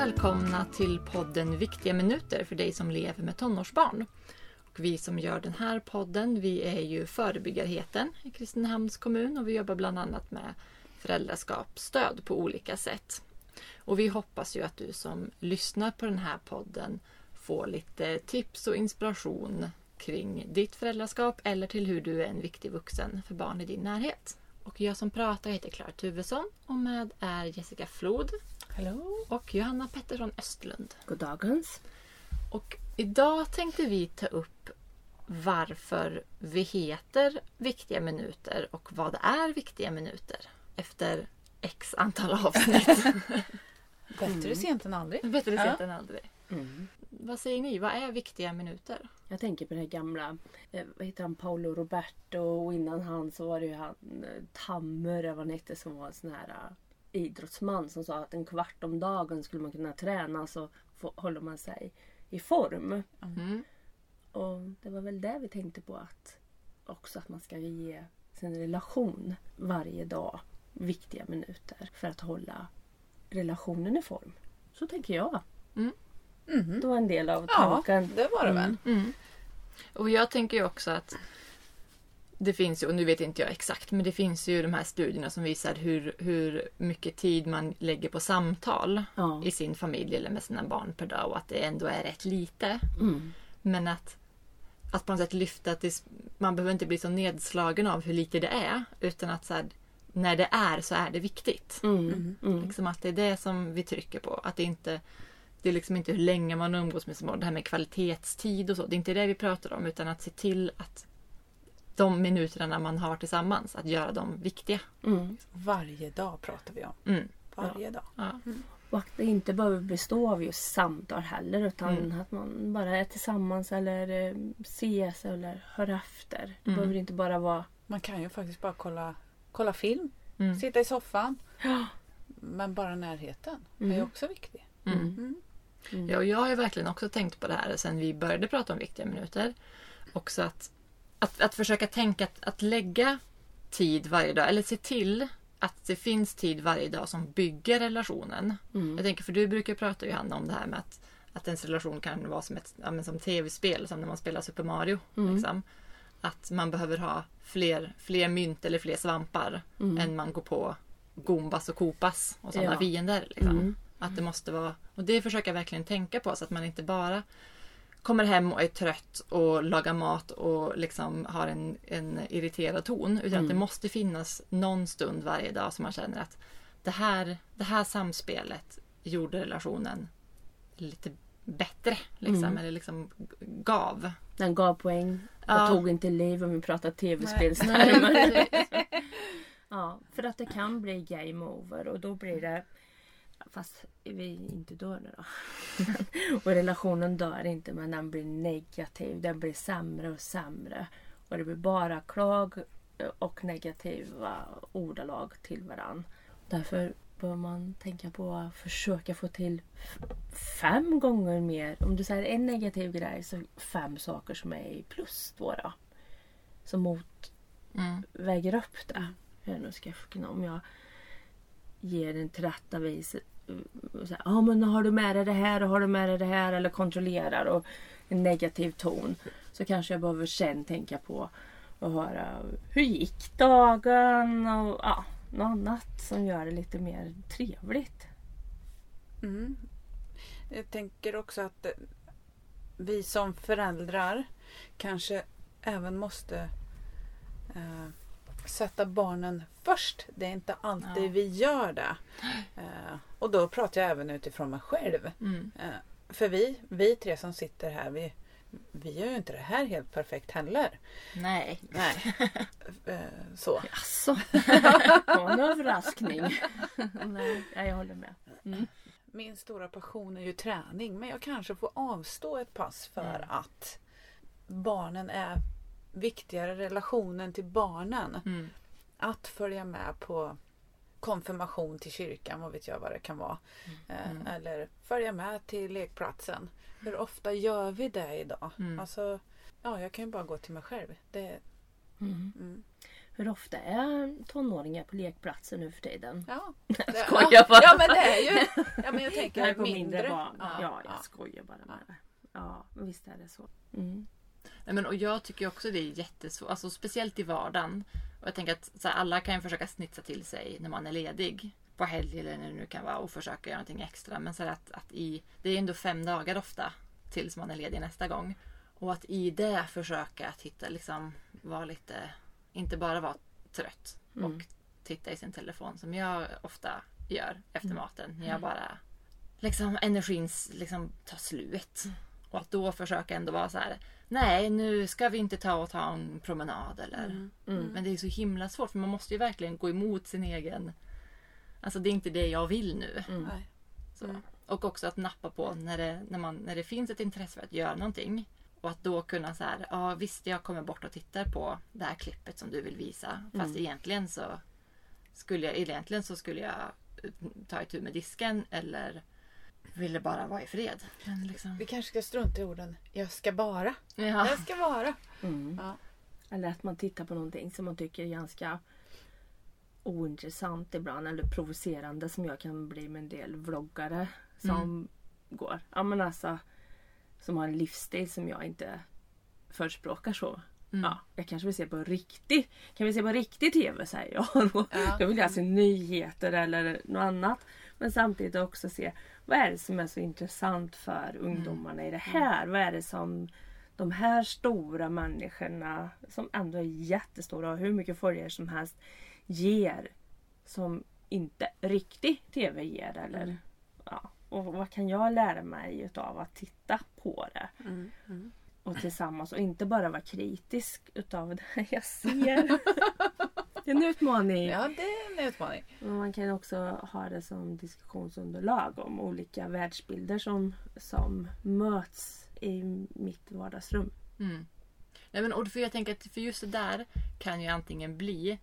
välkomna till podden Viktiga minuter för dig som lever med tonårsbarn. Och vi som gör den här podden, vi är ju Förebyggarheten i Kristinehamns kommun och vi jobbar bland annat med föräldraskapsstöd på olika sätt. Och vi hoppas ju att du som lyssnar på den här podden får lite tips och inspiration kring ditt föräldraskap eller till hur du är en viktig vuxen för barn i din närhet. Och jag som pratar heter Clara Tuvesson och med är Jessica Flod. Hallå. Och Johanna Pettersson Östlund. God dagens. Och idag tänkte vi ta upp varför vi heter Viktiga minuter och vad är viktiga minuter efter x antal avsnitt. Bättre sent än aldrig. Bättre sent än aldrig. Mm. Vad säger ni? Vad är viktiga minuter? Jag tänker på det här gamla, vad heter han, Paolo Roberto, och innan han så var det ju han Tammer, vad han hette, som var en sån här idrottsman som sa att en kvart om dagen skulle man kunna träna så håller man sig i form. Mm. Och det var väl det vi tänkte på, att också att man ska ge sin relation varje dag viktiga minuter för att hålla relationen i form. Så tänker jag. Mm. Det var en del av tanken. Ja, det var det väl. Mm. Och jag tänker ju också att det finns ju, och nu vet inte jag exakt, men det finns ju de här studierna som visar hur mycket tid man lägger på samtal i sin familj eller med sina barn per dag och att det ändå är rätt lite. Mm. Men att på något sätt lyfta att man behöver inte bli så nedslagen av hur lite det är, utan att så här, när det är så är det viktigt. Liksom att det är det som vi trycker på. Att det är liksom inte hur länge man umgås med små, det här med kvalitetstid och så. Det är inte det vi pratar om, utan att se till att de minuterna man har tillsammans, att göra dem viktiga. Varje dag pratar vi om. Varje dag. Ja. Och att det inte behöver bestå av just samtal heller, utan att man bara är tillsammans eller ses eller hör efter. Det behöver inte bara vara... Man kan ju faktiskt bara kolla film. Sitta i soffan. Men bara närheten är ju också viktig. Ja, och jag har ju verkligen också tänkt på det här sen vi började prata om viktiga minuter. Också att försöka tänka att lägga tid varje dag, eller se till att det finns tid varje dag som bygger relationen. Jag tänker, för du brukar prata, Johanna, om det här med att ens relation kan vara som tv-spel, som när man spelar Super Mario. Liksom. Att man behöver ha fler mynt eller fler svampar än man går på Goombas och Koopas och sådana fiender. Liksom. Att det måste vara, och det försöker jag verkligen tänka på, så att man inte bara kommer hem och är trött och lagar mat och liksom har en irriterad ton, utan att det måste finnas någon stund varje dag som man känner att det här samspelet gjorde relationen lite bättre liksom, eller liksom gav. Den gav poäng. Jag tog inte liv om vi pratar tv-spelstermer. Ja, för att det kan bli game over och då blir det, fast vi inte dör nu då. Och relationen dör inte, men den blir negativ. Den blir sämre och sämre. Och det blir bara klag och negativa ordalag till varann. Därför bör man tänka på att försöka få till 5 gånger mer. Om du säger en negativ grej, så 5 saker som är i plus då. Som väger upp det. Nu ska jag kunna, om jag ger en tillrättavis, men har du med dig det här och har du med dig det här, eller kontrollerar och en negativ ton, så kanske jag behöver sen tänka på och höra hur gick dagen och något annat som gör det lite mer trevligt. Jag tänker också att vi som föräldrar kanske även måste sätta barnen först. Det är inte alltid vi gör det. Och då pratar jag även utifrån mig själv. För vi 3 som sitter här, vi gör ju inte det här helt perfekt heller. Nej. Så. Jaså? En överraskning. Nej, jag håller med. Min stora passion är ju träning, men jag kanske får avstå ett pass för att barnen är viktigare, relationen till barnen. Att följa med på konfirmation till kyrkan, vad vet jag vad det kan vara. Eller följa med till lekplatsen. Hur ofta gör vi det idag? Alltså, jag kan ju bara gå till mig själv. Hur ofta är tonåringar på lekplatser nu för tiden? Ja. Skojar bara. Ja men det är ju. Ja men jag tänker Nej, på mindre barn. Ja, Ja, jag skojar bara med det. Ja, men visst är det så. Mm. Nej, men, och jag tycker också det är jättesvårt, alltså, speciellt i vardagen. Och jag tänker att så här, alla kan ju försöka snitsa till sig när man är ledig. På helg eller när det nu kan vara och försöka göra någonting extra. Men så här det är ändå 5 dagar ofta tills man är ledig nästa gång. Och att i det försöka att hitta, liksom, vara lite, inte bara vara trött och titta i sin telefon som jag ofta gör efter maten. När jag bara, liksom, energin liksom tar slut. Och att då försöka ändå vara så här: nej, nu ska vi inte ta en promenad eller. Men det är så himla svårt för man måste ju verkligen gå emot sin egen. Alltså det är inte det jag vill nu. Så. Och också att nappa på när det finns ett intresse för att göra någonting. Och att då kunna så här: ja visst, jag kommer bort och tittar på det här klippet som du vill visa. Fast egentligen så skulle jag ta itu med disken eller ville bara vara i fred. Men liksom. Vi kanske ska strunta i orden. Jag ska bara. Ja. Jag ska bara. Ja. Eller att man tittar på någonting som man tycker är ganska ointressant ibland. Eller provocerande som jag kan bli med en del vloggare som går. Ja men alltså, som har en livsstil som jag inte förespråkar så. Ja, jag kanske vill se på riktig tv, säger jag. Då vill jag se nyheter eller något annat. Men samtidigt också se vad är det som är så intressant för ungdomarna i det här. Vad är det som de här stora människorna som ändå är jättestora och hur mycket följare som helst ger som inte riktig tv ger. Eller, ja. Och vad kan jag lära mig utav att titta på det? Och tillsammans och inte bara vara kritisk utav det jag ser. Det är en utmaning. Ja, det är en utmaning. Men man kan också ha det som diskussionsunderlag om olika världsbilder som möts i mitt vardagsrum. Nej, men, och för jag tänker att för just det där kan ju antingen bli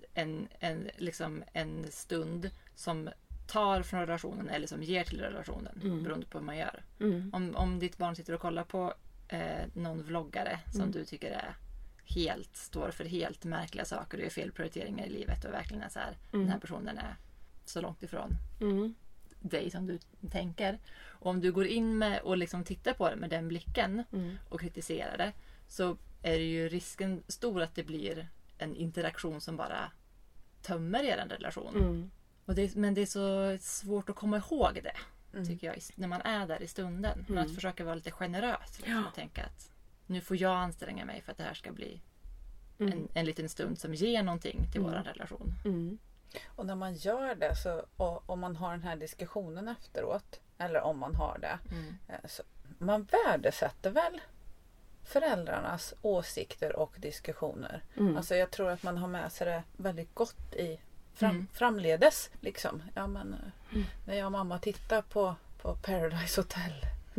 en stund som tar från relationen eller som ger till relationen beroende på vad man gör. Om ditt barn sitter och kollar på någon vloggare som du tycker står för helt märkliga saker och gör fel prioriteringar i livet och verkligen är så här, den här personen är så långt ifrån dig som du tänker. Och om du går in med och liksom tittar på det med den blicken och kritiserar det, så är det ju risken stor att det blir en interaktion som bara tömmer er relation. Men det är så svårt att komma ihåg det, tycker jag, när man är där i stunden. Men att försöka vara lite generös liksom, och tänka att nu får jag anstränga mig för att det här ska bli en liten stund som ger någonting till vår relation. Och när man gör det, så, och om man har den här diskussionen efteråt, eller om man har det, så man värdesätter väl föräldrarnas åsikter och diskussioner. Alltså jag tror att man har med sig det väldigt gott i framledes. Liksom. Ja, men, när jag och mamma tittar på Paradise Hotel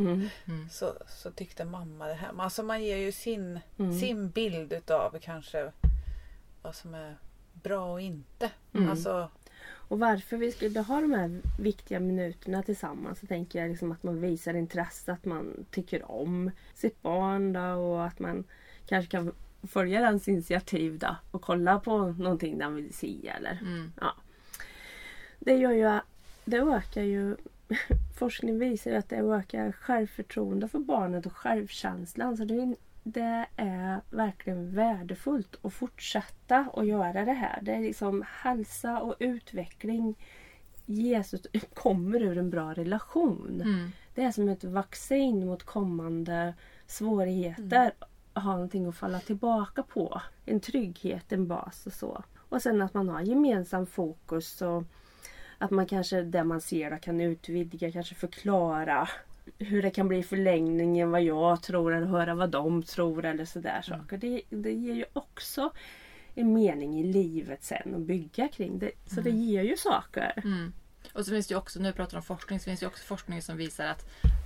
så tyckte mamma det här. Alltså man ger ju sin bild utav kanske vad som är bra och inte. Alltså, och varför vi skulle ha de här viktiga minuterna tillsammans, så tänker jag liksom att man visar intresse, att man tycker om sitt barn då, och att man kanske kan följa hans initiativ då, och kolla på någonting den vill se eller ja. Det gör ju, det ökar ju forskning visar ju att det ökar självförtroende för barnet och självkänslan, så det är verkligen värdefullt att fortsätta att göra det här. Det är liksom hälsa och utveckling Jesus kommer ur en bra relation. Det är som ett vaccin mot kommande svårigheter. Ha någonting att falla tillbaka på. En trygghet, en bas och så. Och sen att man har gemensam fokus och att man kanske det man ser kan utvidga, kanske förklara hur det kan bli förlängningen, vad jag tror eller höra vad de tror eller sådär saker. Det ger ju också en mening i livet sen att bygga kring det. Så det ger ju saker. Och så finns det ju också, när vi pratar om forskning, så finns det ju också forskning som visar att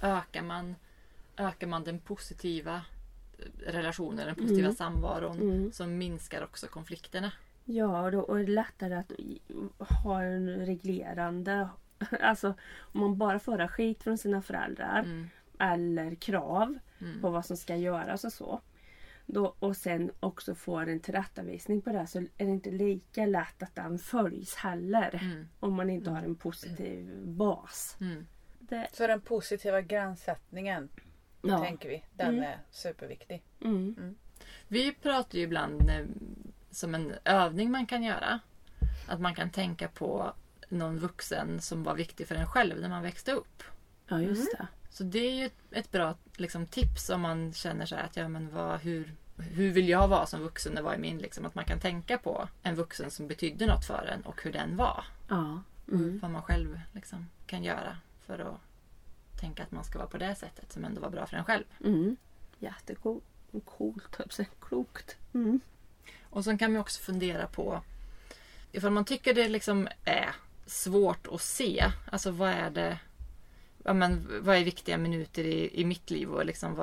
ökar man den positiva relationen, den positiva samvaron, så minskar också konflikterna. Ja, och det är lättare att ha en reglerande, alltså om man bara får skit från sina föräldrar eller krav på vad som ska göras och så, Då, och sen också får en tillrättavisning på det, så är det inte lika lätt att den följs heller. Om man inte har en positiv bas. Så den positiva gränssättningen, tänker vi, den är superviktig. Vi pratar ju ibland som en övning man kan göra. Att man kan tänka på någon vuxen som var viktig för en själv när man växte upp. Ja, just det. Så det är ju ett bra liksom, tips om man känner så här att hur vill jag vara som vuxen? Det var i min liksom, att man kan tänka på en vuxen som betydde något för en och hur den var. Ja. Vad man själv liksom, kan göra för att tänka att man ska vara på det sättet som ändå var bra för en själv. Jättegott. Coolt. Klokt. Och så kan man också fundera på ifall man tycker det liksom är svårt att se. Alltså vad är viktiga minuter i mitt liv och liksom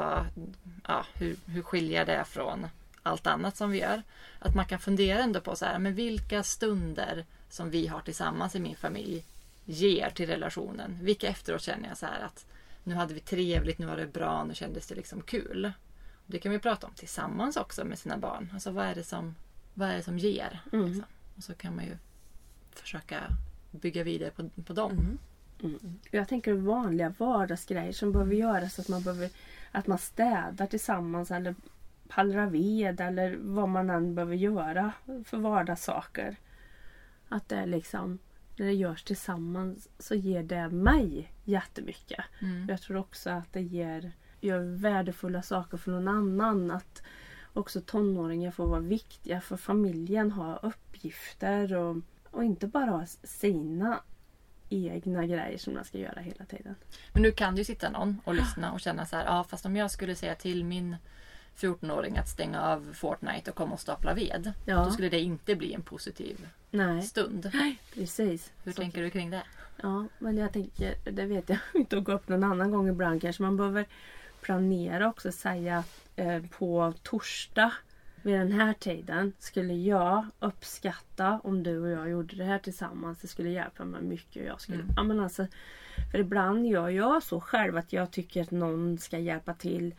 hur skiljer det från allt annat som vi gör. Att man kan fundera ändå på så här, men vilka stunder som vi har tillsammans i min familj ger till relationen. Vilka efteråt känner jag så här att nu hade vi trevligt, nu var det bra, nu kändes det liksom kul. Det kan vi prata om tillsammans också med sina barn. Alltså vad är det som ger? Liksom. Och så kan man ju försöka bygga vidare på dem. Jag tänker vanliga vardagsgrejer som behöver göras, att man städar tillsammans eller pallrar ved eller vad man än behöver göra för vardagssaker. Att det liksom, när det görs tillsammans så ger det mig jättemycket. Jag tror också att det gör värdefulla saker för någon annan. Att också tonåringar får vara viktiga för familjen, ha uppgifter och inte bara ha sina egna grejer som man ska göra hela tiden. Men nu kan du sitta någon och lyssna och känna så här, fast om jag skulle säga till min 14-åring att stänga av Fortnite och komma och stapla ved, då skulle det inte bli en positiv stund. Nej, precis. Hur tänker du kring det? Ja, men jag tänker, det vet jag inte att gå upp någon annan gång ibland kanske. Man behöver planera också, säga på torsdag vid den här tiden skulle jag uppskatta om du och jag gjorde det här tillsammans. Det skulle hjälpa mig mycket. Jag skulle, för ibland gör jag så själv att jag tycker att någon ska hjälpa till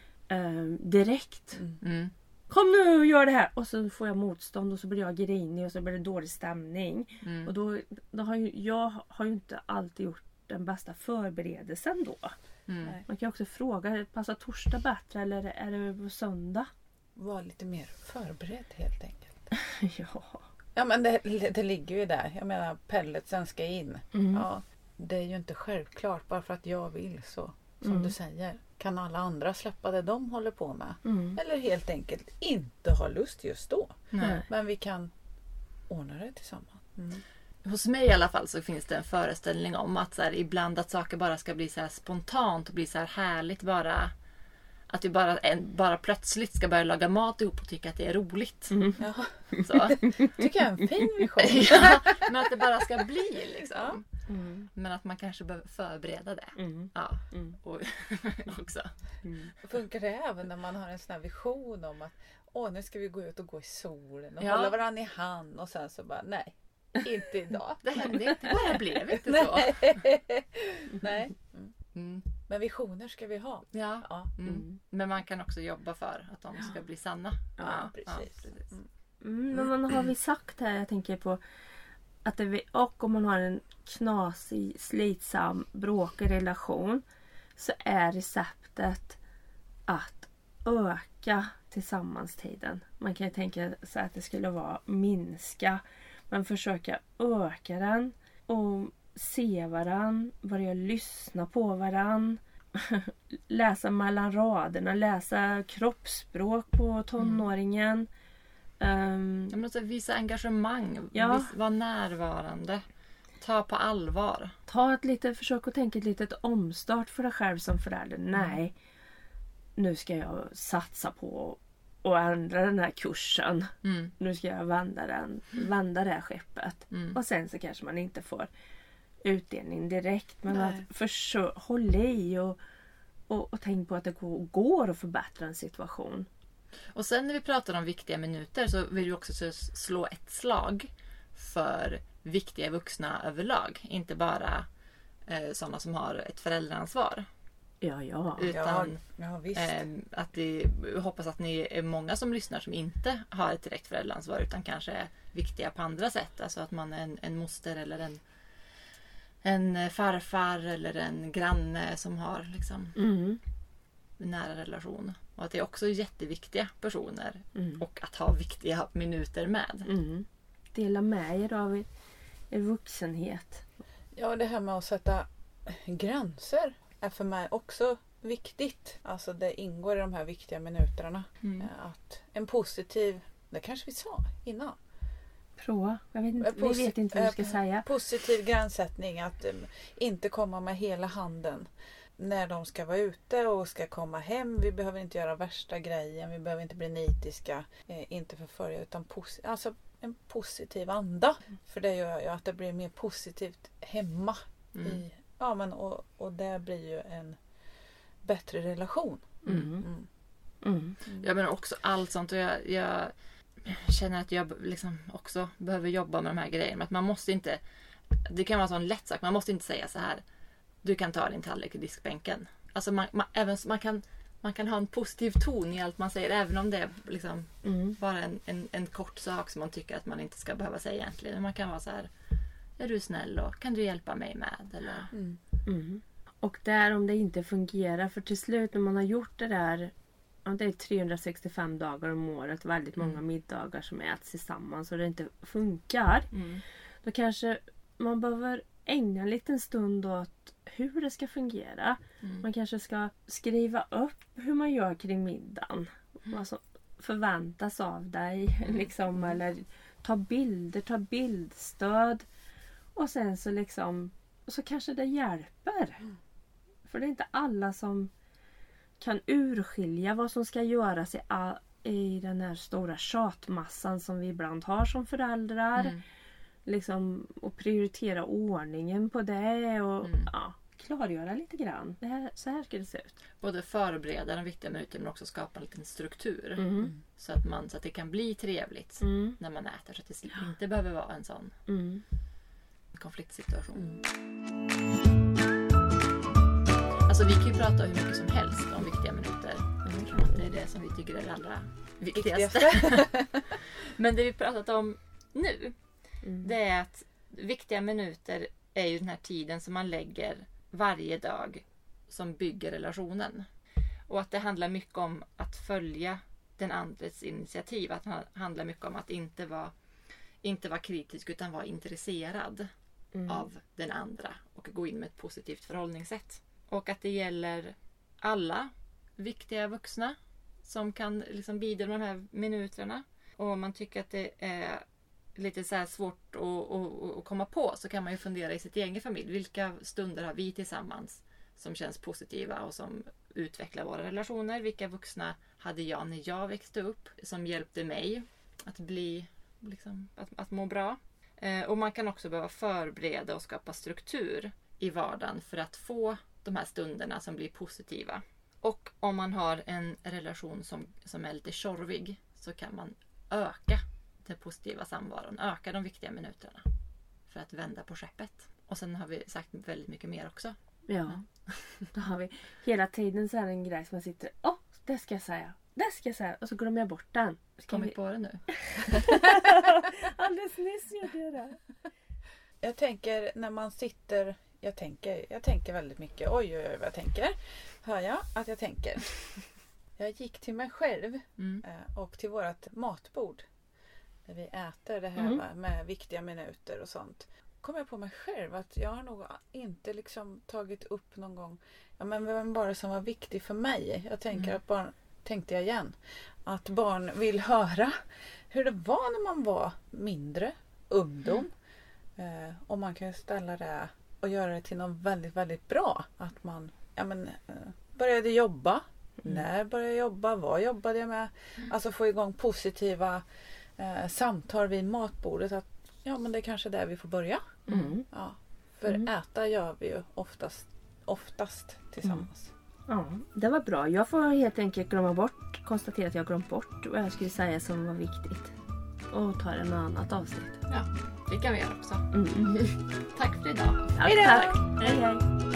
direkt. Kom nu och gör det här. Och så får jag motstånd och så blir jag grinig och så blir det dålig stämning. Och då jag har ju inte alltid gjort den bästa förberedelsen då. Man kan också fråga, passar torsdag bättre eller är det på söndag? Var lite mer förberedd helt enkelt. Ja, men det ligger ju där. Jag menar, pelletsen ska in. Ja, det är ju inte självklart bara för att jag vill så. Som du säger. Kan alla andra släppa det de håller på med? Eller helt enkelt inte ha lust just då. Men vi kan ordna det tillsammans. Hos mig i alla fall så finns det en föreställning om att så här, ibland att saker bara ska bli så här spontant och bli så här härligt bara. Att vi bara plötsligt ska börja laga mat ihop och tycka att det är roligt. Så. Tycker jag är en fin vision. Ja, men att det bara ska bli liksom. Men att man kanske behöver förbereda det. Och också. Funkar det även när man har en sån här vision om att nu ska vi gå ut och gå i solen och hålla varandra i hand och sen så bara nej. Inte idag. Det hände inte. Det blev inte så. Nej. Men visioner ska vi ha. Men man kan också jobba för att de ska bli sanna. Ja, precis. Men man har vi sagt här, jag tänker på att och om man har en knasig, slitsam, bråkig relation så är receptet att öka tillsammanstiden. Man kan ju tänka sig att det skulle vara minska. Man försöker öka den och se varann, börja lyssna på varann, läsa mellan raderna, läsa kroppsspråk på tonåringen. Man måste visa engagemang, vara närvarande, ta på allvar. Försök att tänka ett litet omstart för dig själv som förälder. Nej, nu ska jag satsa på och ändra den här kursen. Nu ska jag vända det här skeppet. Och sen så kanske man inte får utdelning direkt. Men att hålla i och tänk på att det går att förbättra en situation. Och sen när vi pratar om viktiga minuter så vill vi också slå ett slag för viktiga vuxna överlag. Inte bara sådana som har ett föräldraansvar. Utan visst. att hoppas att ni är många som lyssnar som inte har ett direkt föräldraansvar utan kanske är viktiga på andra sätt. Alltså att man är en moster eller en farfar eller en granne som har liksom en nära relation. Och att det är också jätteviktiga personer och att ha viktiga minuter med. Dela med er av er vuxenhet. Ja, det här med att sätta gränser är för mig också viktigt. Alltså det ingår i de här viktiga minuterna. Att en positiv, det kanske vi sa innan. Prova. Vi vet inte vad du ska säga. Positiv gränssättning, att inte komma med hela handen när de ska vara ute och ska komma hem. Vi behöver inte göra värsta grejen, vi behöver inte bli nitiska, inte förfölja, utan alltså en positiv anda. För det gör ju att det blir mer positivt hemma. Och det blir ju en bättre relation. Jag menar också allt sånt, och jag känner att jag liksom också behöver jobba med de här grejerna. Att man måste inte, det kan vara en sån lätt sak, man måste inte säga så här: du kan ta din tallrik i diskbänken. Alltså man kan ha en positiv ton i allt man säger, även om det är liksom bara en kort sak som man tycker att man inte ska behöva säga egentligen. Man kan vara så här: är du snäll och kan du hjälpa mig med? Eller? Och där om det inte fungerar, för till slut när man har gjort det där, om det är 365 dagar om året, väldigt många middagar som äts tillsammans och det inte funkar, då kanske man behöver ägna en liten stund åt hur det ska fungera. Man kanske ska skriva upp hur man gör kring middagen. Vad som förväntas av dig. Liksom, eller ta bilder, ta bildstöd. Och sen så liksom, så kanske det hjälper. För det är inte alla som kan urskilja vad som ska göras i den här stora tjatmassan som vi ibland har som föräldrar. Liksom, och prioritera ordningen på det och klargöra lite grann. Så här ska det se ut. Både förbereda de viktiga minuterna men också skapa en liten struktur. Så att det kan bli trevligt när man äter. Så att det inte behöver vara en sån konfliktsituation. Alltså vi kan ju prata hur mycket som helst om viktiga minuter. Eftersom att det är det som vi tycker är det allra viktigaste. Men det vi pratat om nu, det är att viktiga minuter är ju den här tiden som man lägger varje dag som bygger relationen. Och att det handlar mycket om att följa den andres initiativ. Att det handlar mycket om att inte vara kritisk utan vara intresserad av den andra och gå in med ett positivt förhållningssätt. Och att det gäller alla viktiga vuxna som kan liksom bidra med de här minuterna. Och om man tycker att det är lite så här svårt att komma på, så kan man ju fundera i sitt egen familj. Vilka stunder har vi tillsammans som känns positiva och som utvecklar våra relationer? Vilka vuxna hade jag när jag växte upp som hjälpte mig att bli liksom, att må bra? Och man kan också behöva förbereda och skapa struktur i vardagen för att få de här stunderna som blir positiva. Och om man har en relation som är lite tjorvig, så kan man öka den positiva samvaron, öka de viktiga minuterna för att vända på skeppet. Och sen har vi sagt väldigt mycket mer också. Ja. Då har vi hela tiden så här en grej som man sitter, det ska jag säga. Och så glömmer jag bort den. Kommer på det nu? Alldeles nyss gjorde jag det. Jag tänker när man sitter, jag tänker väldigt mycket. Oj vad jag tänker. Hör jag att jag tänker? Jag gick till mig själv och till vårt matbord där vi äter det här med viktiga minuter och sånt. Kom jag på mig själv att jag har nog inte liksom tagit upp någon gång, men vem var det som var viktig för mig? Jag tänker att tänkte jag igen, att barn vill höra hur det var när man var mindre, ungdom. Och man kan ställa det och göra det till något väldigt, väldigt bra. Att man började jobba. När började jag jobba? Vad jobbade jag med? Alltså få igång positiva samtal vid matbordet. Att men det är kanske där vi får börja. Ja, för äta gör vi ju oftast tillsammans. Ja, det var bra. Jag får helt enkelt konstatera att jag glömt bort vad jag skulle säga som var viktigt. Och ta en annat avsnitt. Ja, det kan vi göra också. Tack för idag. Tack. Hej hej.